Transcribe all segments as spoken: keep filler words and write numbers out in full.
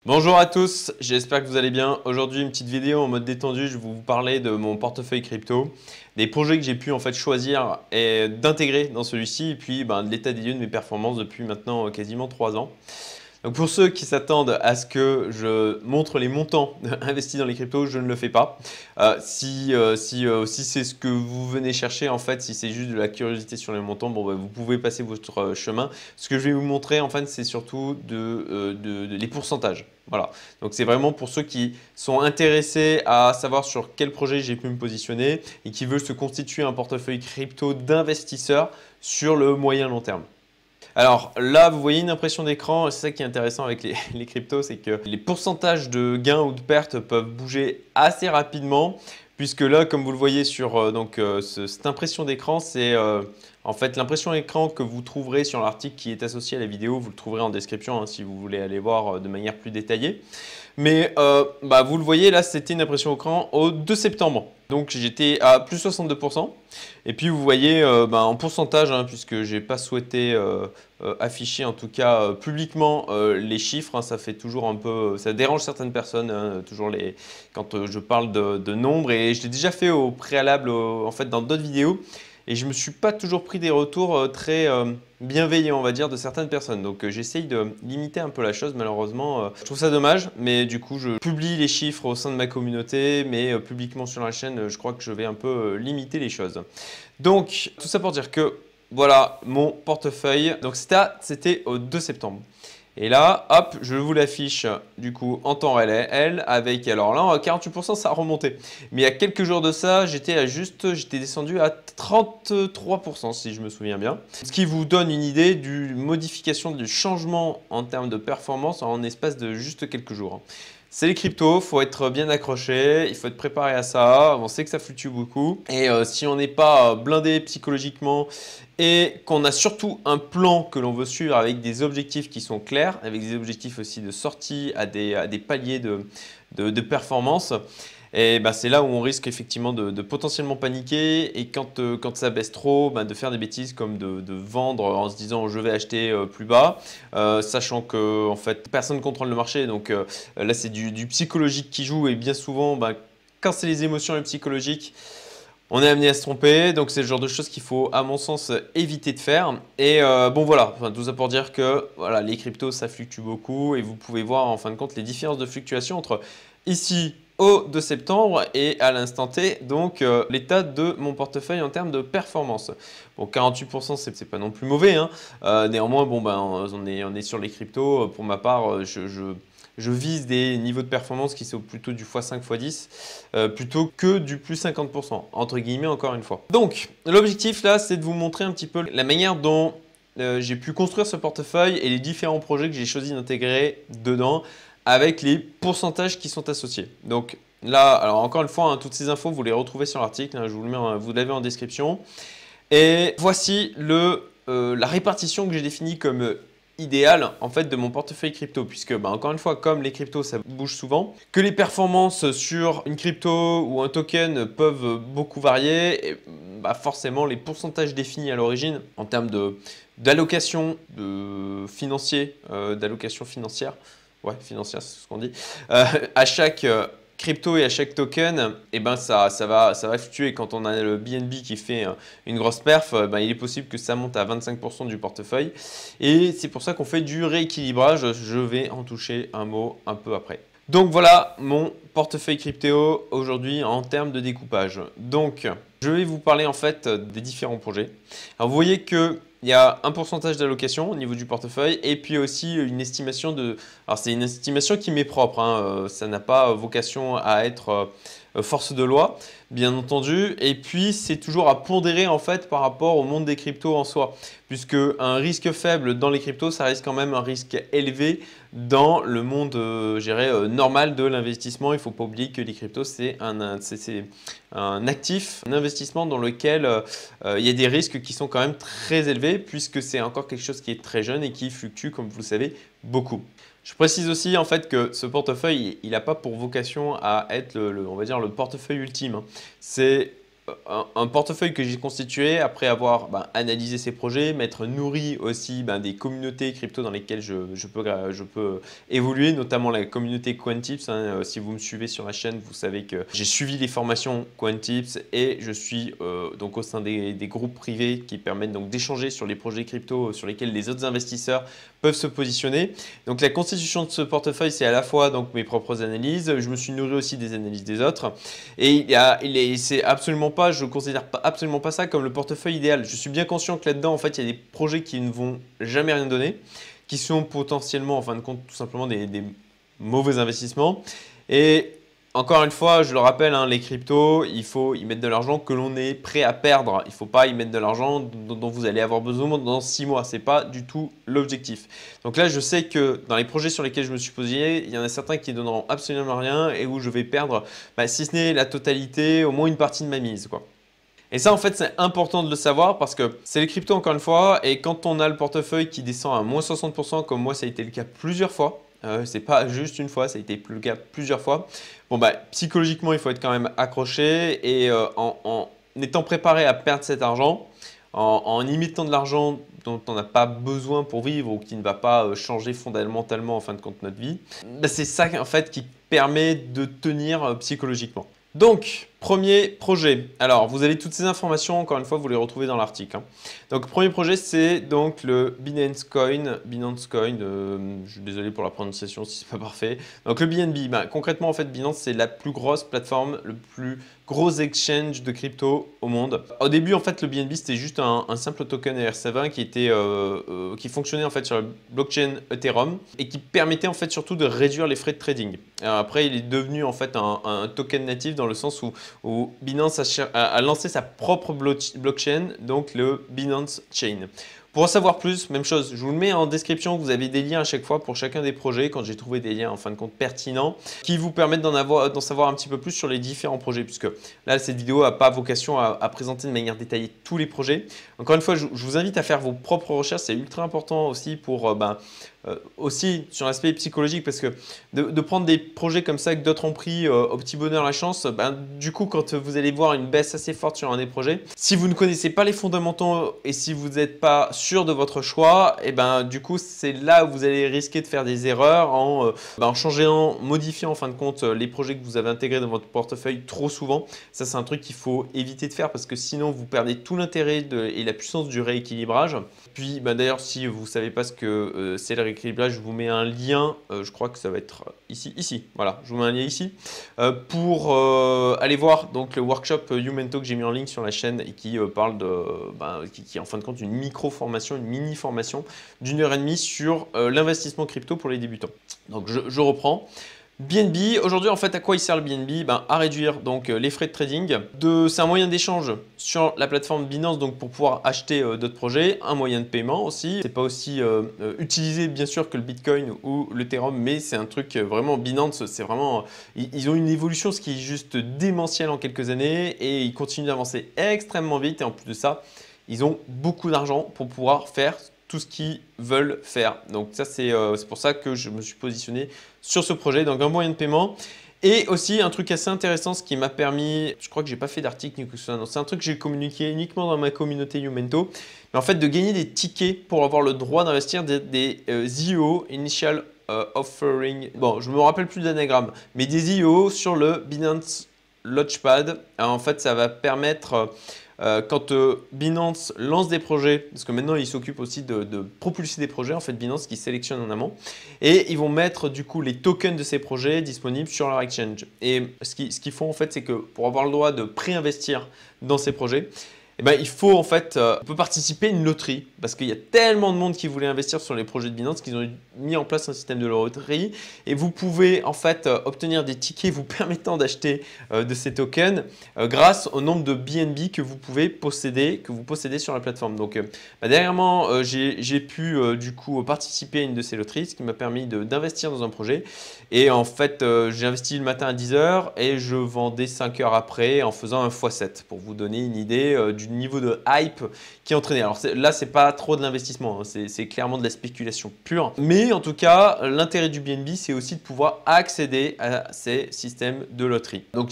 Bonjour à tous, j'espère que vous allez bien. Aujourd'hui, une petite vidéo en mode détendu, je vais vous parler de mon portefeuille crypto, des projets que j'ai pu en fait choisir et d'intégrer dans celui-ci, et puis ben, de l'état des lieux de mes performances depuis maintenant euh, quasiment trois ans. Donc pour ceux qui s'attendent à ce que je montre les montants investis dans les cryptos, je ne le fais pas. Euh, si euh, si, euh, si c'est ce que vous venez chercher, en fait, si c'est juste de la curiosité sur les montants, bon, bah, vous pouvez passer votre euh, chemin. Ce que je vais vous montrer, en fait, c'est surtout de, euh, de, de- les pourcentages. Voilà. Donc c'est vraiment pour ceux qui sont intéressés à savoir sur quel projet j'ai pu me positionner et qui veulent se constituer un portefeuille crypto d'investisseurs sur le moyen long terme. Alors là, vous voyez une impression d'écran, c'est ça qui est intéressant avec les, les cryptos, c'est que les pourcentages de gains ou de pertes peuvent bouger assez rapidement, puisque là, comme vous le voyez sur euh, donc, euh, ce- cette impression d'écran, c'est euh, en fait l'impression d'écran que vous trouverez sur l'article qui est associé à la vidéo, vous le trouverez en description hein, si vous voulez aller voir euh, de manière plus détaillée. Mais euh, bah, vous le voyez, là, c'était une impression écran au deux septembre. Donc j'étais à plus soixante-deux pour cent. Et puis vous voyez euh, bah, en pourcentage, hein, puisque je n'ai pas souhaité euh, euh, afficher en tout cas euh, publiquement euh, les chiffres, hein, ça fait toujours un peu, ça dérange certaines personnes, hein, toujours les, quand euh, je parle de, de nombres. Et je l'ai déjà fait au préalable au- en fait dans d'autres vidéos. Et je ne me suis pas toujours pris des retours euh, très euh, bienveillants, on va dire, de certaines personnes. Donc euh, j'essaye de limiter un peu la chose, malheureusement. euh, je trouve ça dommage, mais du coup, je publie les chiffres au sein de ma communauté, mais euh, publiquement sur la chaîne, euh, je crois que je vais un peu euh, limiter les choses. Donc, tout ça pour dire que, voilà, mon portefeuille. Donc ça, c'était au deux septembre. Et là, hop, je vous l'affiche du coup en temps réel avec, alors là, quarante-huit pour cent, ça a remonté. Mais il y a quelques jours de ça, j'étais à juste, j'étais descendu à trente-trois pour cent si je me souviens bien. Ce qui vous donne une idée du modification, du changement en termes de performance en espace de juste quelques jours. C'est les cryptos, il faut être bien accroché, il faut être préparé à ça, on sait que ça fluctue beaucoup. Et euh, si on n'est pas blindé psychologiquement et qu'on a surtout un plan que l'on veut suivre avec des objectifs qui sont clairs, avec des objectifs aussi de sortie à des, à des paliers de, de, de performance, et ben c'est là où on risque effectivement de, de potentiellement paniquer et quand, euh, quand ça baisse trop, ben de faire des bêtises comme de, de vendre en se disant je vais acheter euh, plus bas, euh, sachant que en fait personne ne contrôle le marché. Donc euh, là c'est du, du psychologique qui joue et bien souvent ben, quand c'est les émotions et le psychologique, on est amené à se tromper, donc c'est le genre de choses qu'il faut, à mon sens, éviter de faire. Et euh, bon voilà, enfin, tout ça pour dire que voilà, les cryptos, ça fluctue beaucoup et vous pouvez voir en fin de compte les différences de fluctuation entre ici au deux septembre et à l'instant T, donc euh, l'état de mon portefeuille en termes de performance. Bon, quarante-huit pour cent, c'est pas non plus mauvais, hein. Euh, néanmoins, bon, ben, on est, on est sur les cryptos. Pour ma part, je, je je vise des niveaux de performance qui sont plutôt du fois cinq, fois dix, euh, plutôt que du plus cinquante pour cent, entre guillemets encore une fois. Donc, l'objectif là, c'est de vous montrer un petit peu la manière dont euh, j'ai pu construire ce portefeuille et les différents projets que j'ai choisi d'intégrer dedans avec les pourcentages qui sont associés. Donc là, alors encore une fois, hein, toutes ces infos, vous les retrouvez sur l'article, hein, je vous le mets, en, vous l'avez en description. Et voici le, euh, la répartition que j'ai définie comme euh, idéale en fait de mon portefeuille crypto, puisque bah, encore une fois, comme les cryptos ça bouge souvent, que les performances sur une crypto ou un token peuvent beaucoup varier, et bah, forcément les pourcentages définis à l'origine en termes de d'allocation de financier, euh, d'allocation financière, ouais financière c'est ce qu'on dit, euh, à chaque euh, crypto et à chaque token, et ben ça, ça, va, ça va fluctuer. Quand on a le B N B qui fait une grosse perf, ben il est possible que ça monte à vingt-cinq pour cent du portefeuille. Et c'est pour ça qu'on fait du rééquilibrage. Je vais en toucher un mot un peu après. Donc voilà mon portefeuille crypto aujourd'hui en termes de découpage. Donc je vais vous parler en fait des différents projets. Alors vous voyez que il y a un pourcentage d'allocation au niveau du portefeuille et puis aussi une estimation de... Alors c'est une estimation qui m'est propre, hein, euh, ça n'a pas vocation à être euh, force de loi, bien entendu. Et puis c'est toujours à pondérer en fait par rapport au monde des cryptos en soi. Puisque un risque faible dans les cryptos, ça reste quand même un risque élevé dans le monde euh, euh, normal de l'investissement. Il ne faut pas oublier que les cryptos, c'est un, un, un actif, un investissement dans lequel euh, euh, il y a des risques qui sont quand même très élevés puisque c'est encore quelque chose qui est très jeune et qui fluctue, comme vous le savez, beaucoup. Je précise aussi en fait que ce portefeuille, il n'a pas pour vocation à être le, le, on va dire, le portefeuille ultime. C'est un, un portefeuille que j'ai constitué après avoir ben, analysé ces projets, m'être nourri aussi ben, des communautés crypto dans lesquelles je, je, peux, je peux évoluer, notamment la communauté Quantips. Hein. Si vous me suivez sur la chaîne, vous savez que j'ai suivi les formations Quantips et je suis euh, donc au sein des, des groupes privés qui permettent donc d'échanger sur les projets crypto sur lesquels les autres investisseurs peuvent se positionner. Donc la constitution de ce portefeuille, c'est à la fois donc mes propres analyses, je me suis nourri aussi des analyses des autres et il y a, il est, c'est absolument pas, je considère pas, absolument pas ça comme le portefeuille idéal. Je suis bien conscient que là-dedans, en fait, il y a des projets qui ne vont jamais rien donner, qui sont potentiellement, en fin de compte, tout simplement des, des mauvais investissements. Et encore une fois, je le rappelle, hein, les cryptos, il faut y mettre de l'argent que l'on est prêt à perdre. Il ne faut pas y mettre de l'argent dont, dont vous allez avoir besoin dans six mois. Ce n'est pas du tout l'objectif. Donc là, je sais que dans les projets sur lesquels je me suis posé, il y en a certains qui ne donneront absolument rien et où je vais perdre, bah, si ce n'est la totalité, au moins une partie de ma mise, quoi. Et ça, en fait, c'est important de le savoir parce que c'est les cryptos, encore une fois, et quand on a le portefeuille qui descend à moins soixante pour cent, comme moi, ça a été le cas plusieurs fois, euh, c'est pas juste une fois, ça a été le cas plusieurs fois, bon, bah, psychologiquement, il faut être quand même accroché et euh, en, en étant préparé à perdre cet argent, en, en y mettant de l'argent dont on n'a pas besoin pour vivre ou qui ne va pas changer fondamentalement en fin de compte notre vie, bah, c'est ça, en fait, qui permet de tenir euh, psychologiquement. Donc, premier projet. Alors, vous avez toutes ces informations, encore une fois, vous les retrouvez dans l'article. Hein. Donc, premier projet, c'est donc le Binance Coin. Binance Coin, euh, je suis désolé pour la prononciation si ce n'est pas parfait. Donc, le B N B, ben, concrètement, en fait, Binance, c'est la plus grosse plateforme, le plus gros exchange de crypto au monde. Au début, en fait, le B N B, c'était juste un, un simple token E R C vingt qui, était, euh, euh, qui fonctionnait en fait sur la blockchain Ethereum et qui permettait en fait surtout de réduire les frais de trading. Alors, après, il est devenu en fait un, un token natif dans le sens où où Binance a, a lancé sa propre blockchain, donc le Binance Chain. Pour en savoir plus, même chose, je vous le mets en description, vous avez des liens à chaque fois pour chacun des projets, quand j'ai trouvé des liens en fin de compte pertinents, qui vous permettent d'en avoir, d'en savoir un petit peu plus sur les différents projets, puisque là, cette vidéo n'a pas vocation à, à présenter de manière détaillée tous les projets. Encore une fois, je, je vous invite à faire vos propres recherches, c'est ultra important aussi pour... Euh, ben, Euh, aussi sur l'aspect psychologique parce que de, de prendre des projets comme ça que d'autres ont pris euh, au petit bonheur la chance, ben, du coup quand vous allez voir une baisse assez forte sur un des projets, si vous ne connaissez pas les fondamentaux et si vous n'êtes pas sûr de votre choix, et ben du coup c'est là où vous allez risquer de faire des erreurs en, euh, ben, en changeant, modifiant en fin de compte les projets que vous avez intégrés dans votre portefeuille trop souvent. Ça c'est un truc qu'il faut éviter de faire parce que sinon vous perdez tout l'intérêt et la puissance du rééquilibrage. Puis ben, d'ailleurs si vous ne savez pas ce que euh, c'est le rééquilibrage, je vous mets un lien, euh, je crois que ça va être ici, ici, voilà, je vous mets un lien ici, euh, pour euh, aller voir donc, le workshop Youmento que j'ai mis en ligne sur la chaîne et qui euh, parle de, ben, qui, qui est en fin de compte une micro-formation, une mini-formation d'une heure et demie sur euh, l'investissement crypto pour les débutants. Donc je, je reprends. B N B, aujourd'hui en fait à quoi il sert le B N B? Ben, à réduire donc les frais de trading. C'est un moyen d'échange sur la plateforme Binance donc pour pouvoir acheter euh, d'autres projets, un moyen de paiement aussi. C'est pas aussi euh, euh, utilisé bien sûr que le Bitcoin ou l'Ethereum, mais c'est un truc vraiment Binance, c'est vraiment ils, ils ont une évolution ce qui est juste démentiel en quelques années et ils continuent d'avancer extrêmement vite et en plus de ça, ils ont beaucoup d'argent pour pouvoir faire tout ce qu'ils veulent faire. Donc ça, c'est euh, pour ça que je me suis positionné sur ce projet, donc un moyen de paiement. Et aussi un truc assez intéressant, ce qui m'a permis, je crois que j'ai pas fait d'article ni que ce soit, c'est un truc que j'ai communiqué uniquement dans ma communauté Youmento, mais en fait de gagner des tickets pour avoir le droit d'investir des, des euh, I O, Initial euh, Offering, bon je me rappelle plus d'anagramme, mais des I O sur le Binance Launchpad. Alors, en fait ça va permettre... Euh, quand euh, Binance lance des projets, parce que maintenant ils s'occupent aussi de, de propulser des projets, en fait Binance qui sélectionne en amont, et ils vont mettre du coup les tokens de ces projets disponibles sur leur exchange. Et ce qu'ils ce qu'ils font en fait, c'est que pour avoir le droit de préinvestir dans ces projets, eh ben, il faut en fait, euh, on peut participer à une loterie parce qu'il y a tellement de monde qui voulait investir sur les projets de Binance qu'ils ont mis en place un système de loterie et vous pouvez en fait euh, obtenir des tickets vous permettant d'acheter euh, de ces tokens euh, grâce au nombre de B N B que vous pouvez posséder, que vous possédez sur la plateforme. Donc euh, bah, dernièrement, euh, j'ai pu euh, du coup participer à une de ces loteries, ce qui m'a permis d'investir dans un projet et en fait euh, j'ai investi le matin à dix heures et je vendais cinq heures après en faisant un fois sept pour vous donner une idée euh, du niveau de hype qui est entraîné. Alors là, c'est pas trop de l'investissement, hein. C'est clairement de la spéculation pure. Mais en tout cas, l'intérêt du B N B, c'est aussi de pouvoir accéder à ces systèmes de loterie. Donc,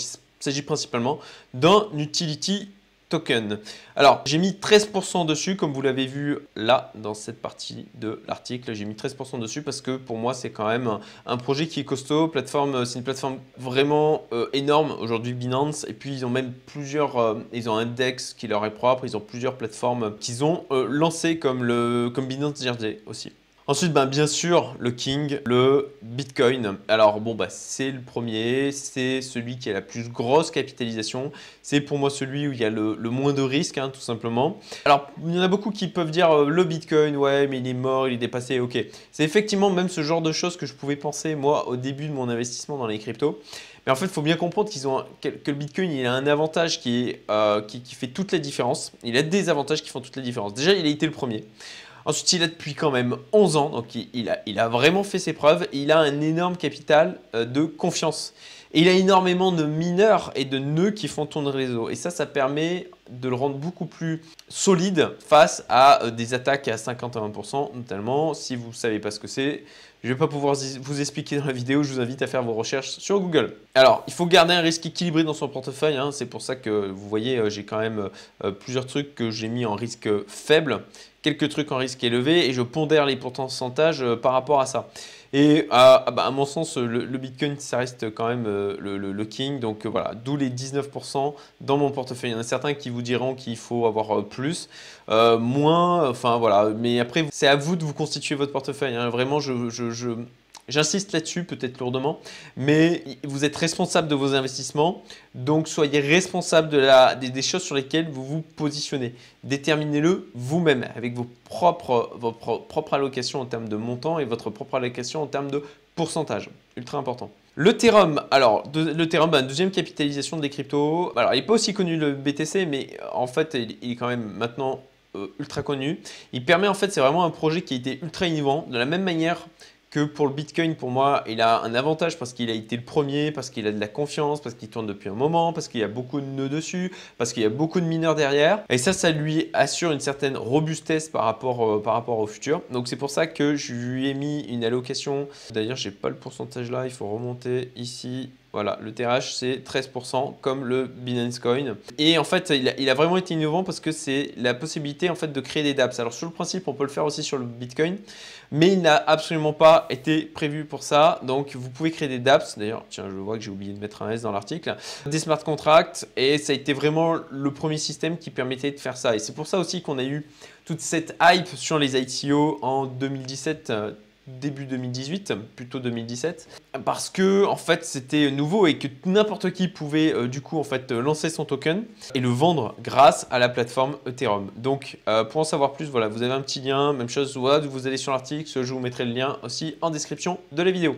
Il s'agit principalement d'un utility token. Alors, j'ai mis treize pour cent dessus, comme vous l'avez vu là, dans cette partie de l'article. J'ai mis treize pour cent dessus parce que pour moi, c'est quand même un, un projet qui est costaud. Plateforme, c'est une plateforme vraiment euh, énorme aujourd'hui, Binance. Et puis, ils ont même plusieurs, euh, ils ont un DEX qui leur est propre. Ils ont plusieurs plateformes qu'ils ont euh, lancées comme, le, comme Binance Jersey aussi. Ensuite, ben, bien sûr, le king, le Bitcoin. Alors bon, bah, c'est le premier, c'est celui qui a la plus grosse capitalisation. C'est pour moi celui où il y a le, le moins de risques, hein, tout simplement. Alors, il y en a beaucoup qui peuvent dire euh, le Bitcoin, ouais, mais il est mort, il est dépassé, ok. C'est effectivement même ce genre de choses que je pouvais penser, moi, au début de mon investissement dans les cryptos. Mais en fait, il faut bien comprendre qu'ils ont un, que le Bitcoin, il a un avantage qui, est, euh, qui, qui fait toute la différence. Il a des avantages qui font toute la différence. Déjà, il a été le premier. Ensuite, il a depuis quand même onze ans, donc il, il, a, il a vraiment fait ses preuves et il a un énorme capital euh, de confiance. Et il a énormément de mineurs et de nœuds qui font tourner le réseau. Et ça, ça permet de le rendre beaucoup plus solide face à euh, des attaques à cinquante à vingt pour cent, notamment. Si vous ne savez pas ce que c'est, je ne vais pas pouvoir vous expliquer dans la vidéo, je vous invite à faire vos recherches sur Google. Alors, il faut garder un risque équilibré dans son portefeuille, hein. C'est pour ça que vous voyez, euh, j'ai quand même euh, plusieurs trucs que j'ai mis en risque faible, quelques trucs en risque élevé et je pondère les pourcentages euh, par rapport à ça. Et à, bah, à mon sens, le, le Bitcoin, ça reste quand même euh, le, le, le king. Donc euh, voilà, d'où les dix-neuf pour cent dans mon portefeuille. Il y en a certains qui vous diront qu'il faut avoir euh, plus, euh, moins, enfin voilà. Mais après, c'est à vous de vous constituer votre portefeuille, hein. Vraiment, je... je, je J'insiste là-dessus, peut-être lourdement, mais vous êtes responsable de vos investissements, donc soyez responsable de la, des, des choses sur lesquelles vous vous positionnez. Déterminez-le vous-même avec vos propres, votre propre allocation en termes de montant et votre propre allocation en termes de pourcentage. Ultra important. L'Ethereum, alors l'Ethereum, bah, deuxième capitalisation des cryptos. Alors, il n'est pas aussi connu le B T C, mais en fait, il, il est quand même maintenant euh, ultra connu. Il permet en fait, c'est vraiment un projet qui a été ultra innovant, de la même manière que pour le Bitcoin, pour moi, il a un avantage parce qu'il a été le premier, parce qu'il a de la confiance, parce qu'il tourne depuis un moment, parce qu'il y a beaucoup de nœuds dessus, parce qu'il y a beaucoup de mineurs derrière. Et ça, ça lui assure une certaine robustesse par rapport, euh, par rapport au futur. Donc, c'est pour ça que je lui ai mis une allocation. D'ailleurs, je n'ai pas le pourcentage là, il faut remonter ici. Voilà, le T R H, c'est treize pour cent comme le Binance Coin. Et en fait, il a, il a vraiment été innovant parce que c'est la possibilité en fait, de créer des dApps. Alors, sur le principe, on peut le faire aussi sur le Bitcoin, mais il n'a absolument pas été prévu pour ça. Donc, vous pouvez créer des dApps. D'ailleurs, tiens, je vois que j'ai oublié de mettre un S dans l'article. Des smart contracts. Et ça a été vraiment le premier système qui permettait de faire ça. Et c'est pour ça aussi qu'on a eu toute cette hype sur les I C O en deux mille dix-sept. Début deux mille dix-huit, plutôt deux mille dix-sept, parce que en fait c'était nouveau et que n'importe qui pouvait euh, du coup en fait lancer son token et le vendre grâce à la plateforme Ethereum. Donc euh, pour en savoir plus, voilà, vous avez un petit lien, même chose, voilà, vous allez sur l'article, je vous mettrai le lien aussi en description de la vidéo.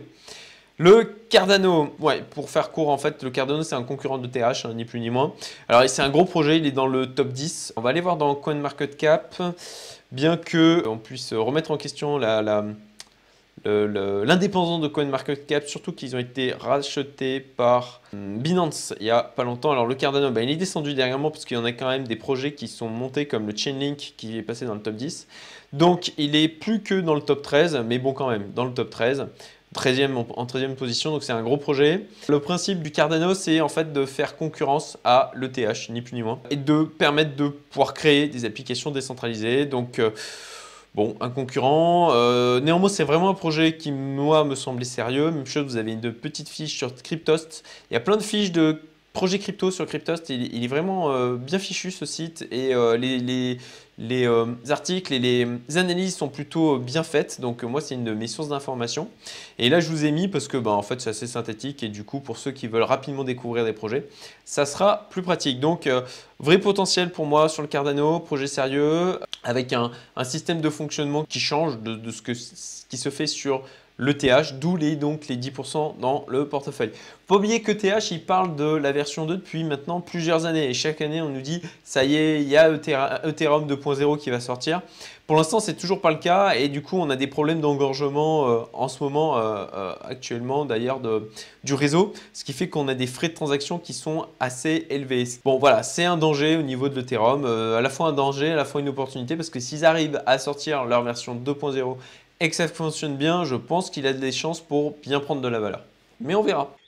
Le Cardano, ouais, pour faire court en fait, le Cardano c'est un concurrent de T H, hein, ni plus ni moins. Alors c'est un gros projet, il est dans le top dix. On va aller voir dans CoinMarketCap, bien que on puisse remettre en question la, la l'indépendance de CoinMarketCap, surtout qu'ils ont été rachetés par Binance il n'y a pas longtemps. Alors le Cardano, bah, il est descendu dernièrement parce qu'il y en a quand même des projets qui sont montés comme le Chainlink qui est passé dans le top dix. Donc il est plus que dans le top treize, mais bon quand même, dans le top treize. treizième, en treizième position, donc c'est un gros projet. Le principe du Cardano, c'est en fait de faire concurrence à l'E T H, ni plus ni moins, et de permettre de pouvoir créer des applications décentralisées. Donc euh, bon, un concurrent. Euh, néanmoins, c'est vraiment un projet qui, moi, me semblait sérieux. Même chose, vous avez une petite fiche sur Cryptost. Il y a plein de fiches de projets crypto sur Cryptost. Il, il est vraiment euh, bien fichu, ce site. Et euh, les, les, les euh, articles et les analyses sont plutôt bien faites. Donc, moi, c'est une de mes sources d'information. Et là, je vous ai mis parce que, bah, en fait, c'est assez synthétique. Et du coup, pour ceux qui veulent rapidement découvrir des projets, ça sera plus pratique. Donc, euh, vrai potentiel pour moi sur le Cardano, projet sérieux, avec un, un système de fonctionnement qui change de, de ce, que, ce qui se fait sur le T H, d'où les, donc, les dix pour cent dans le portefeuille. Faut oublier que T H, il parle de la version deux depuis maintenant plusieurs années. Et chaque année, on nous dit, ça y est, il y a Ethereum deux point zéro qui va sortir. Pour l'instant, c'est toujours pas le cas. Et du coup, on a des problèmes d'engorgement euh, en ce moment, euh, euh, actuellement d'ailleurs, du réseau. Ce qui fait qu'on a des frais de transaction qui sont assez élevés. Bon, voilà, c'est un danger au niveau de l'Ethereum. Euh, à la fois un danger, à la fois une opportunité. Parce que s'ils arrivent à sortir leur version deux point zéro et que ça fonctionne bien, je pense qu'il a des chances pour bien prendre de la valeur. Mais on verra.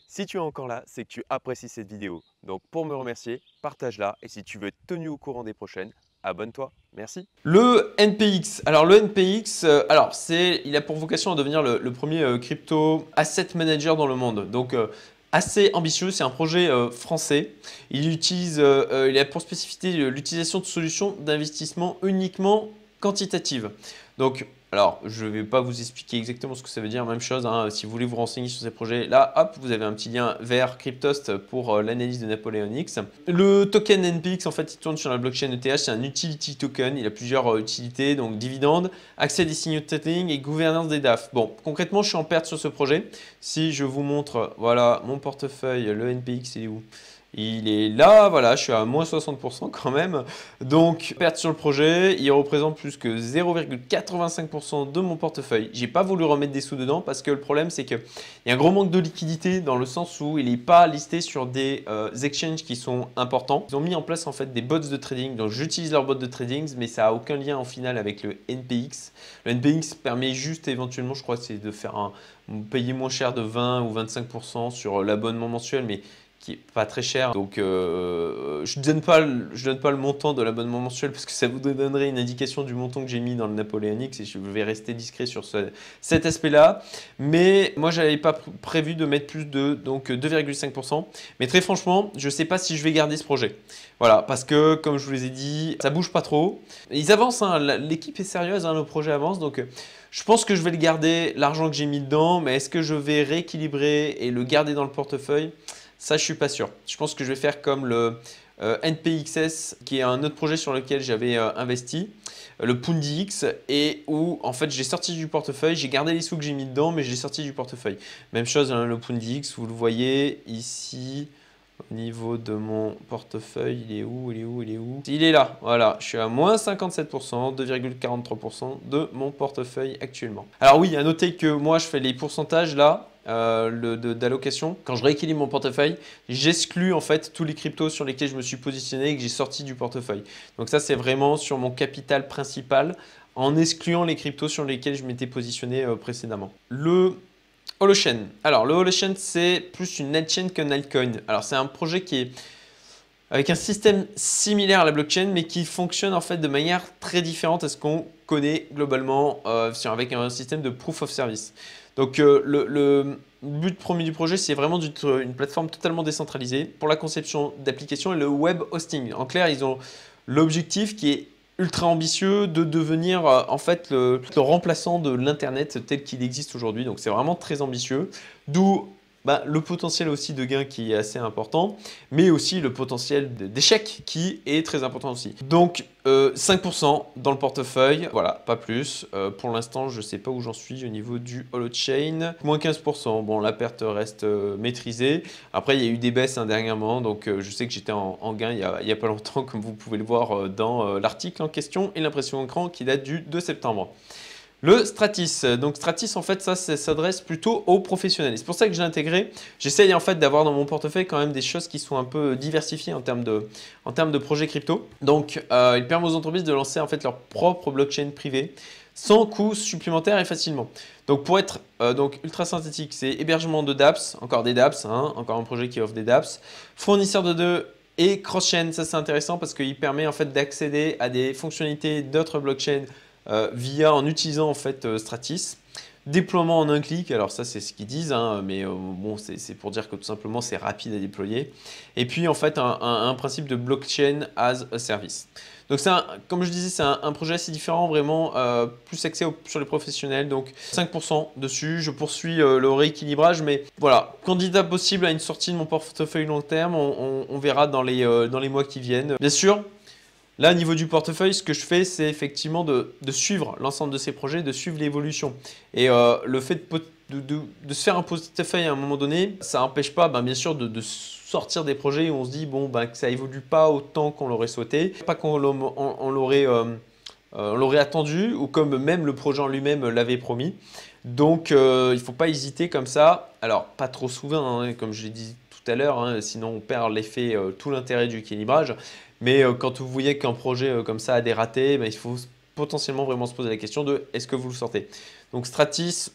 Si tu es encore là, c'est que tu apprécies cette vidéo. Donc pour me remercier, partage-la et si tu veux être tenu au courant des prochaines, abonne-toi. Merci. Le N P X. Alors le N P X, euh, alors c'est, il a pour vocation à devenir le, le premier euh, crypto asset manager dans le monde. Donc euh, assez ambitieux, c'est un projet euh, français. Il utilise, euh, euh, il a pour spécificité euh, l'utilisation de solutions d'investissement uniquement quantitatives. Donc alors, je ne vais pas vous expliquer exactement ce que ça veut dire, même chose, hein, si vous voulez vous renseigner sur ces projets, là, hop, vous avez un petit lien vers Cryptost pour euh, l'analyse de Napoleon X. Le token N P X, en fait, il tourne sur la blockchain E T H, c'est un utility token, il a plusieurs euh, utilités, donc dividendes, accès à des signaux de trading et gouvernance des D A F. Bon, concrètement, je suis en perte sur ce projet. Si je vous montre, voilà, mon portefeuille, le N P X, il est où ? Il est là, voilà, je suis à moins soixante pour cent quand même. Donc, perte sur le projet, il représente plus que zéro virgule quatre-vingt-cinq pour cent de mon portefeuille. J'ai pas voulu remettre des sous dedans parce que le problème, c'est qu'il y a un gros manque de liquidité dans le sens où il n'est pas listé sur des euh, exchanges qui sont importants. Ils ont mis en place en fait des bots de trading, donc j'utilise leurs bots de trading, mais ça n'a aucun lien en final avec le N P X. Le N P X permet juste éventuellement, je crois, c'est de faire un payer moins cher de vingt ou vingt-cinq pour cent sur l'abonnement mensuel, mais qui est pas très cher. Donc, euh, je ne donne, pas le- je donne pas le montant de l'abonnement mensuel parce que ça vous donnerait une indication du montant que j'ai mis dans le Napoleon X et je vais rester discret sur ce- cet aspect-là. Mais moi, je n'avais pas pr- prévu de mettre plus de donc deux virgule cinq pour cent. Mais très franchement, je ne sais pas si je vais garder ce projet. Voilà, parce que comme je vous les ai dit, ça bouge pas trop. Ils avancent, hein, la- l'équipe est sérieuse, hein, le projet avance. Donc, je pense que je vais le garder, l'argent que j'ai mis dedans. Mais est-ce que je vais rééquilibrer et le garder dans le portefeuille ? Ça, je suis pas sûr. Je pense que je vais faire comme le euh, N P X S, qui est un autre projet sur lequel j'avais euh, investi, euh, le Pundi X, et où en fait j'ai sorti du portefeuille, j'ai gardé les sous que j'ai mis dedans, mais j'ai sorti du portefeuille. Même chose, hein, le Pundi X, vous le voyez ici. Au niveau de mon portefeuille, il est où? Il est où? Il est où? Il est là. Voilà, je suis à moins cinquante-sept pour cent, deux virgule quarante-trois pour cent de mon portefeuille actuellement. Alors oui, à noter que moi, je fais les pourcentages là. Euh, le- de- d'allocation. Quand je rééquilibre mon portefeuille, j'exclus en fait tous les cryptos sur lesquels je me suis positionné et que j'ai sorti du portefeuille. Donc ça, c'est vraiment sur mon capital principal en excluant les cryptos sur lesquels je m'étais positionné euh, précédemment. Le Holochain. Alors, le Holochain, c'est plus une altchain qu'un altcoin. Alors, c'est un projet qui est avec un système similaire à la blockchain, mais qui fonctionne en fait de manière très différente à ce qu'on connaît globalement euh, sur, avec un système de proof of service. Donc, euh, le, le but premier du projet, c'est vraiment d'être une plateforme totalement décentralisée pour la conception d'applications et le web hosting. En clair, ils ont l'objectif qui est ultra ambitieux de devenir euh, en fait le, le remplaçant de l'Internet tel qu'il existe aujourd'hui. Donc c'est vraiment très ambitieux. D'où bah, le potentiel aussi de gain qui est assez important, mais aussi le potentiel d'échec qui est très important aussi. Donc euh, cinq pour cent dans le portefeuille, voilà, pas plus. Euh, pour l'instant, je ne sais pas où j'en suis au niveau du Holochain. Moins quinze pour cent, bon, la perte reste euh, maîtrisée. Après, il y a eu des baisses hein, dernièrement, donc euh, je sais que j'étais en, en gain il n'y a, a, pas longtemps, comme vous pouvez le voir euh, dans euh, l'article en question et l'impression écran qui date du deux septembre. Le Stratis, donc Stratis en fait ça, ça s'adresse plutôt aux professionnels. C'est pour ça que je l'ai intégré. J'essaye en fait d'avoir dans mon portefeuille quand même des choses qui sont un peu diversifiées en termes de, en termes de projets crypto. Donc euh, il permet aux entreprises de lancer en fait leur propre blockchain privée sans coût supplémentaire et facilement. Donc pour être euh, donc ultra synthétique, c'est hébergement de dApps, encore des dApps, hein, encore un projet qui offre des dApps, fournisseur de deux et cross-chain. Ça c'est intéressant parce qu'il permet en fait d'accéder à des fonctionnalités d'autres blockchains Euh, via en utilisant en fait euh, Stratis. Déploiement en un clic, alors ça c'est ce qu'ils disent, hein, mais euh, bon c'est pour dire que tout simplement c'est rapide à déployer. Et puis en fait un, un, un principe de blockchain as a service. Donc c'est comme je disais, c'est un, un projet assez différent, vraiment euh, plus axé au, sur les professionnels. Donc cinq pour cent dessus, je poursuis euh, le rééquilibrage, mais voilà, candidat possible à une sortie de mon portefeuille long terme, on, on, on verra dans les, euh, dans les mois qui viennent. Bien sûr, là, au niveau du portefeuille, ce que je fais, c'est effectivement de, de suivre l'ensemble de ces projets, de suivre l'évolution. Et euh, le fait de, de, de, de se faire un portefeuille à un moment donné, ça n'empêche pas, ben, bien sûr, de, de sortir des projets où on se dit bon, ben, que ça évolue pas autant qu'on l'aurait souhaité, pas qu'on l'aurait euh, euh, on l'aurait attendu, ou comme même le projet en lui-même l'avait promis. Donc, euh, il ne faut pas hésiter comme ça. Alors, pas trop souvent, hein, comme je l'ai dit tout à l'heure, hein, sinon on perd l'effet, euh, tout l'intérêt du équilibrage. Mais euh, quand vous voyez qu'un projet euh, comme ça a des ratés, ben, il faut potentiellement vraiment se poser la question de est-ce que vous le sortez. Donc Stratis,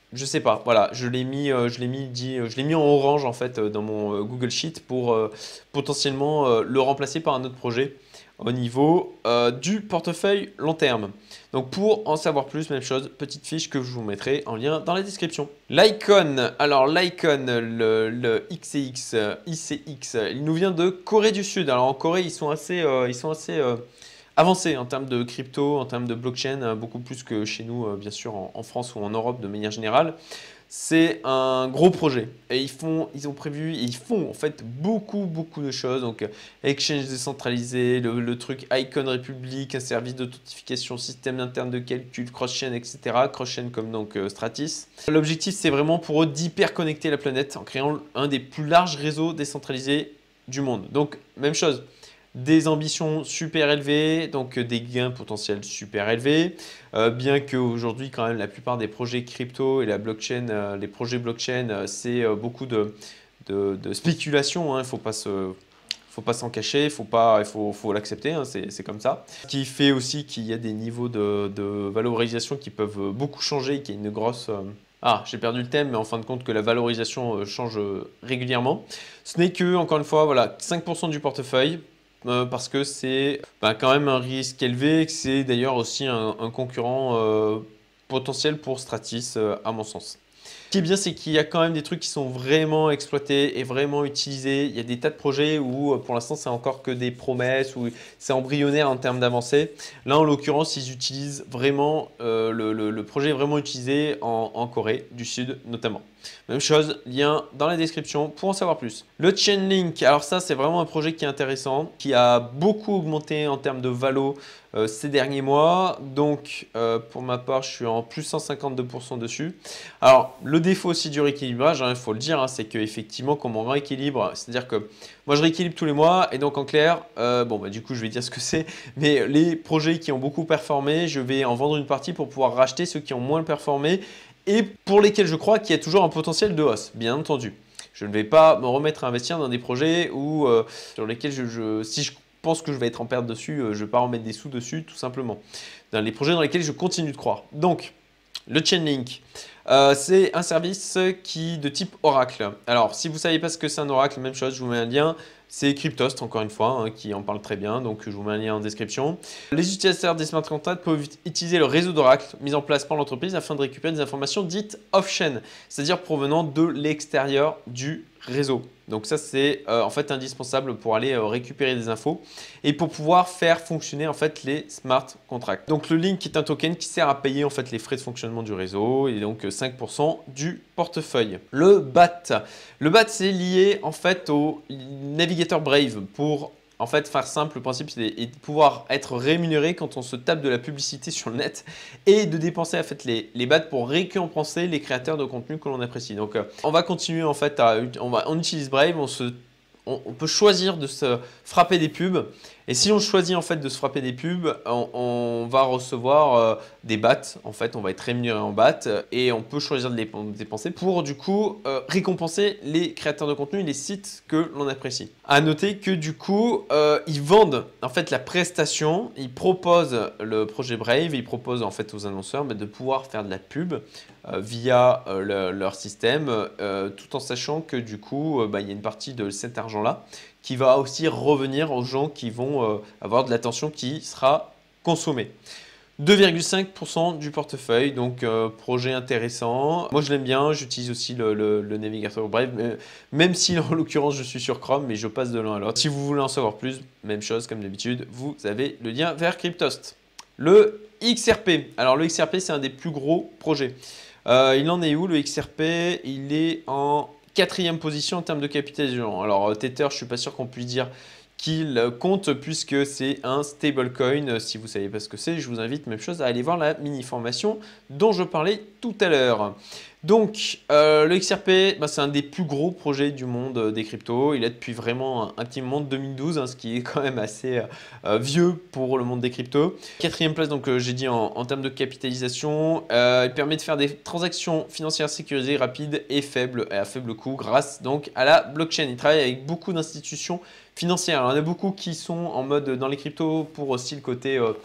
je sais pas, voilà, je l'ai mis, euh, je l'ai mis, dit, je l'ai mis en orange en fait euh, dans mon euh, Google Sheet pour euh, potentiellement euh, le remplacer par un autre projet au niveau euh, du portefeuille long terme. Donc pour en savoir plus, même chose, petite fiche que je vous mettrai en lien dans la description. L'Icon, alors l'Icon, le, le X C X, euh, I C X, il nous vient de Corée du Sud. Alors en Corée, ils sont assez, euh, ils sont assez euh, avancés en termes de crypto, en termes de blockchain, euh, beaucoup plus que chez nous, euh, bien sûr, en, en France ou en Europe de manière générale. C'est un gros projet et ils font, ils ont prévu, ils font en fait beaucoup beaucoup de choses. Donc exchange décentralisé, le, le truc Icon Republic, un service d'authentification, système interne de calcul, cross-chain, et cetera. Cross-chain comme donc euh, Stratis. L'objectif c'est vraiment pour eux d'hyper-connecter la planète en créant un des plus larges réseaux décentralisés du monde. Donc même chose. Des ambitions super élevées, donc des gains potentiels super élevés, euh, bien qu'aujourd'hui quand même la plupart des projets crypto et la blockchain, euh, les projets blockchain, euh, c'est euh, beaucoup de, de, de spéculation, hein, il ne faut pas se... faut pas s'en cacher, faut pas, il faut, faut l'accepter, hein, c'est comme ça. Ce qui fait aussi qu'il y a des niveaux de, de valorisation qui peuvent beaucoup changer, qu'il y a une grosse... Euh... Ah, j'ai perdu le thème, mais en fin de compte que la valorisation change régulièrement. Ce n'est que, encore une fois, voilà, cinq pour cent du portefeuille. Euh, parce que c'est bah, quand même un risque élevé, que c'est d'ailleurs aussi un, un concurrent euh, potentiel pour Stratis, euh, à mon sens. Ce qui est bien, c'est qu'il y a quand même des trucs qui sont vraiment exploités et vraiment utilisés. Il y a des tas de projets où pour l'instant, c'est encore que des promesses, où c'est embryonnaire en termes d'avancée. Là, en l'occurrence, ils utilisent vraiment, euh, le, le, le projet est vraiment utilisé en, en Corée du Sud notamment. Même chose, lien dans la description pour en savoir plus. Le Chainlink, alors ça, c'est vraiment un projet qui est intéressant, qui a beaucoup augmenté en termes de valo euh, ces derniers mois. Donc, euh, pour ma part, je suis en plus cent cinquante-deux pour cent dessus. Alors, le défaut aussi du rééquilibrage, il hein, faut le dire, hein, c'est qu'effectivement, comme on rééquilibre, c'est-à-dire que moi, je rééquilibre tous les mois et donc en clair, euh, bon, bah, du coup, je vais dire ce que c'est, mais les projets qui ont beaucoup performé, je vais en vendre une partie pour pouvoir racheter ceux qui ont moins performé et pour lesquels je crois qu'il y a toujours un potentiel de hausse, bien entendu. Je ne vais pas me remettre à investir dans des projets où, euh, sur lesquels, je, je, si je pense que je vais être en perte dessus, euh, je ne vais pas remettre des sous dessus, tout simplement. Dans les projets dans lesquels je continue de croire. Donc, le Chainlink, euh, c'est un service qui de type Oracle. Alors, si vous ne savez pas ce que c'est un Oracle, même chose, je vous mets un lien. C'est Cryptost, encore une fois, hein, qui en parle très bien, donc je vous mets un lien en description. Les utilisateurs des smart contracts peuvent utiliser le réseau d'Oracle mis en place par l'entreprise afin de récupérer des informations dites off-chain, c'est-à-dire provenant de l'extérieur du réseau. Donc ça, c'est euh, en fait indispensable pour aller euh, récupérer des infos et pour pouvoir faire fonctionner en fait les smart contracts. Donc le Link est un token qui sert à payer en fait les frais de fonctionnement du réseau et donc cinq pour cent du portefeuille. Le B A T. Le B A T, c'est lié en fait au navigateur Brave pour en fait, faire simple, le principe c'est de pouvoir être rémunéré quand on se tape de la publicité sur le net et de dépenser en fait les, les B A T pour récompenser les créateurs de contenu que l'on apprécie. Donc, euh, on va continuer en fait à, on, va, on utilise Brave, on se On, on peut choisir de se frapper des pubs et si on choisit en fait de se frapper des pubs, on, on va recevoir euh, des B A T, en fait on va être rémunéré en B A T et on peut choisir de les dépenser pour du coup euh, récompenser les créateurs de contenu et les sites que l'on apprécie. À noter que du coup euh, ils vendent en fait la prestation, ils proposent le projet Brave, ils proposent en fait aux annonceurs bah, de pouvoir faire de la pub euh, via euh, le, leur système euh, tout en sachant que du coup euh, bah, il y a une partie de cet argent là qui va aussi revenir aux gens qui vont euh, avoir de l'attention qui sera consommée. deux virgule cinq pour cent du portefeuille, donc euh, projet intéressant. Moi je l'aime bien, j'utilise aussi le, le, le navigateur Brave, mais, même si en l'occurrence je suis sur Chrome, mais je passe de l'un à l'autre. Si vous voulez en savoir plus, même chose comme d'habitude, vous avez le lien vers Cryptost. Le X R P, alors le X R P c'est un des plus gros projets. Euh, il en est où le X R P? Il est en quatrième position en termes de capitalisation. Alors Tether, je ne suis pas sûr qu'on puisse dire qu'il compte puisque c'est un stablecoin. Si vous ne savez pas ce que c'est, je vous invite même chose à aller voir la mini formation dont je parlais tout à l'heure. Donc euh, le X R P, bah, c'est un des plus gros projets du monde euh, des cryptos. Il est depuis vraiment un, un petit moment de deux mille douze, hein, ce qui est quand même assez euh, vieux pour le monde des cryptos. Quatrième place, donc euh, j'ai dit en, en termes de capitalisation, euh, il permet de faire des transactions financières sécurisées, rapides et faibles et à faible coût grâce donc à la blockchain. Il travaille avec beaucoup d'institutions financières. Alors, il y en a beaucoup qui sont en mode dans les cryptos pour aussi le côté euh,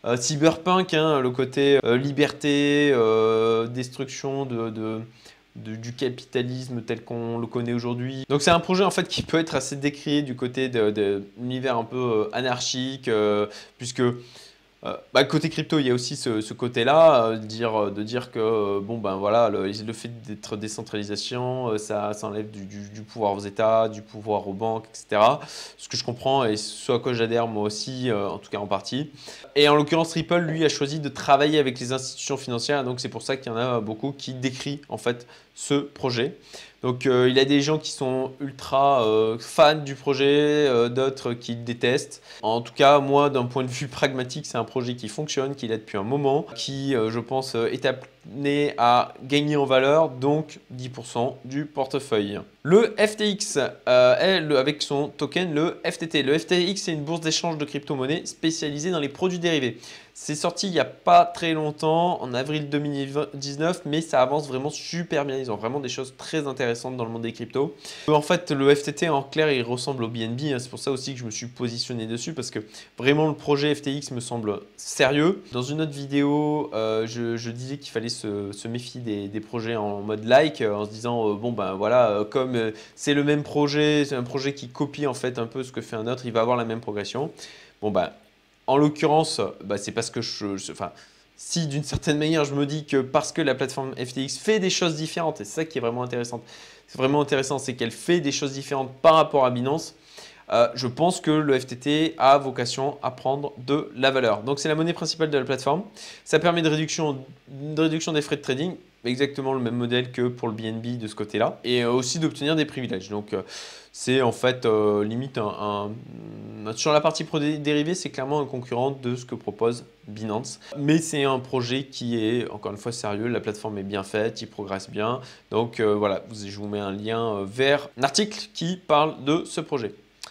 euh, cyberpunk, hein, le côté euh, liberté, euh, destruction de, de, de, du capitalisme tel qu'on le connaît aujourd'hui. Donc c'est un projet en fait qui peut être assez décrié du côté de, de l'univers un peu euh, anarchique, euh, puisque Euh, bah, côté crypto, il y a aussi ce, ce côté-là, euh, de dire, de dire que euh, bon, ben, voilà, le, le fait d'être décentralisation, euh, ça, ça enlève du, du- du pouvoir aux États, du pouvoir aux banques, et cetera. Ce que je comprends et ce à quoi j'adhère moi aussi, euh, en tout cas en partie. Et en l'occurrence, Ripple, lui, a choisi de travailler avec les institutions financières, donc c'est pour ça qu'il y en a beaucoup qui décrient en fait ce projet. Donc euh, il y a des gens qui sont ultra euh, fans du projet, euh, d'autres qui le détestent. En tout cas, moi, d'un point de vue pragmatique, c'est un projet qui fonctionne, qui est là depuis un moment, qui, euh, je pense, euh, est amené à gagner en valeur, donc dix pour cent du portefeuille. Le F T X euh, est le- avec son token, le F T T. Le F T X, c'est une bourse d'échange de crypto-monnaies spécialisée dans les produits dérivés. C'est sorti il n'y a pas très longtemps, en avril deux mille dix-neuf, mais ça avance vraiment super bien. Ils ont vraiment des choses très intéressantes dans le monde des cryptos. En fait, le F T T, en clair, il ressemble au B N B. Hein. C'est pour ça aussi que je me suis positionné dessus, parce que vraiment, le projet F T X me semble sérieux. Dans une autre vidéo, euh, je, je disais qu'il fallait se, se méfier des, des projets en mode like, euh, en se disant, euh, bon, ben voilà, euh, comme euh, c'est le même projet, c'est un projet qui copie en fait un peu ce que fait un autre, il va avoir la même progression. Bon, ben, en l'occurrence, bah, c'est parce que je, je- enfin, si d'une certaine manière je me dis que parce que la plateforme F T X fait des choses différentes, et c'est ça qui est vraiment intéressant, c'est vraiment intéressant, c'est qu'elle fait des choses différentes par rapport à Binance, euh, je pense que le F T T a vocation à prendre de la valeur. Donc c'est la monnaie principale de la plateforme, ça permet de réduction, de réduction des frais de trading, exactement le même modèle que pour le B N B de ce côté-là, et euh, aussi d'obtenir des privilèges. Donc euh, c'est en fait euh, limite un, un- sur la partie pro dérivée, c'est clairement un concurrent de ce que propose Binance. Mais c'est un projet qui est encore une fois sérieux, la plateforme est bien faite, il progresse bien. Donc euh, voilà, je vous mets un lien euh, vers un article qui parle de ce projet.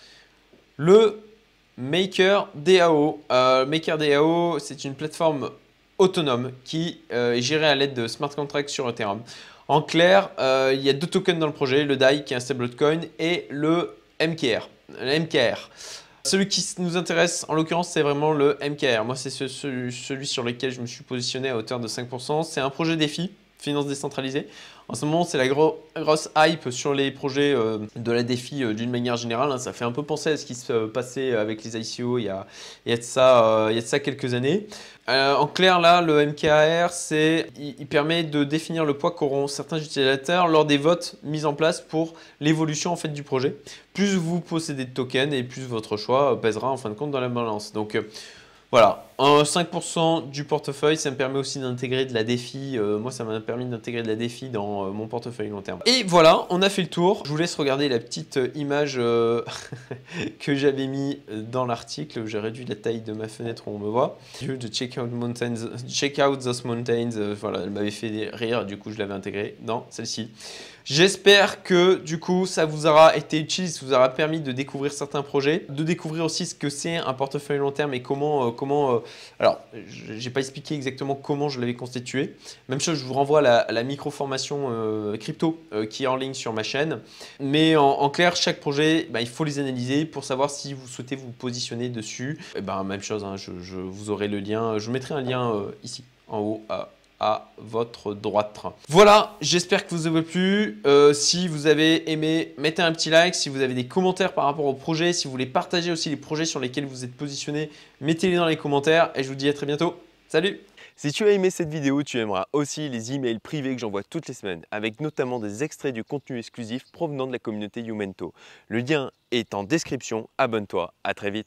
Le MakerDAO. Euh, MakerDAO, c'est une plateforme autonome qui euh, est gérée à l'aide de smart contracts sur Ethereum. En clair, euh, il y a deux tokens dans le projet, le D A I qui est un stablecoin et le M K R. Le M K R. Celui qui nous intéresse, en l'occurrence, c'est vraiment le M K R. Moi, c'est ce, ce, celui sur lequel je me suis positionné à hauteur de cinq pour cent. C'est un projet défi, finance décentralisée. En ce moment, c'est la gros, grosse hype sur les projets euh, de la défi euh, d'une manière générale. Hein. Ça fait un peu penser à ce qui se passait avec les I C O il y a, il y a, de, ça, euh, il y a de ça quelques années. Euh, en clair, là, le M K R, c'est, il, il permet de définir le poids qu'auront certains utilisateurs lors des votes mis en place pour l'évolution en fait, du projet. Plus vous possédez de tokens et plus votre choix pèsera en fin de compte dans la balance. Donc, euh, voilà, un cinq pour cent du portefeuille, ça me permet aussi d'intégrer de la défi. Euh, moi, ça m'a permis d'intégrer de la défi dans euh, mon portefeuille long terme. Et voilà, on a fait le tour. Je vous laisse regarder la petite image euh, que j'avais mis dans l'article. J'ai réduit la taille de ma fenêtre où on me voit. De check out mountains, check out those mountains. Euh, voilà, elle m'avait fait rire. Du coup, je l'avais intégré dans celle-ci. J'espère que du coup ça vous aura été utile, ça vous aura permis de découvrir certains projets, de découvrir aussi ce que c'est un portefeuille long terme et comment, euh, comment euh, alors j'ai pas expliqué exactement comment je l'avais constitué. Même chose, je vous renvoie à la, à la micro-formation euh, crypto euh, qui est en ligne sur ma chaîne. Mais en, en clair, chaque projet, bah, il faut les analyser pour savoir si vous souhaitez vous positionner dessus. Et ben, même chose, hein, je, je vous aurez le lien, je mettrai un lien euh, ici en haut à à votre droite. Voilà, j'espère que vous avez plu. Euh, si vous avez aimé, mettez un petit like. Si vous avez des commentaires par rapport au projet, si vous voulez partager aussi les projets sur lesquels vous êtes positionné, mettez-les dans les commentaires et je vous dis à très bientôt. Salut! Si tu as aimé cette vidéo, tu aimeras aussi les emails privés que j'envoie toutes les semaines, avec notamment des extraits du contenu exclusif provenant de la communauté Youmento. Le lien est en description, abonne-toi, à très vite.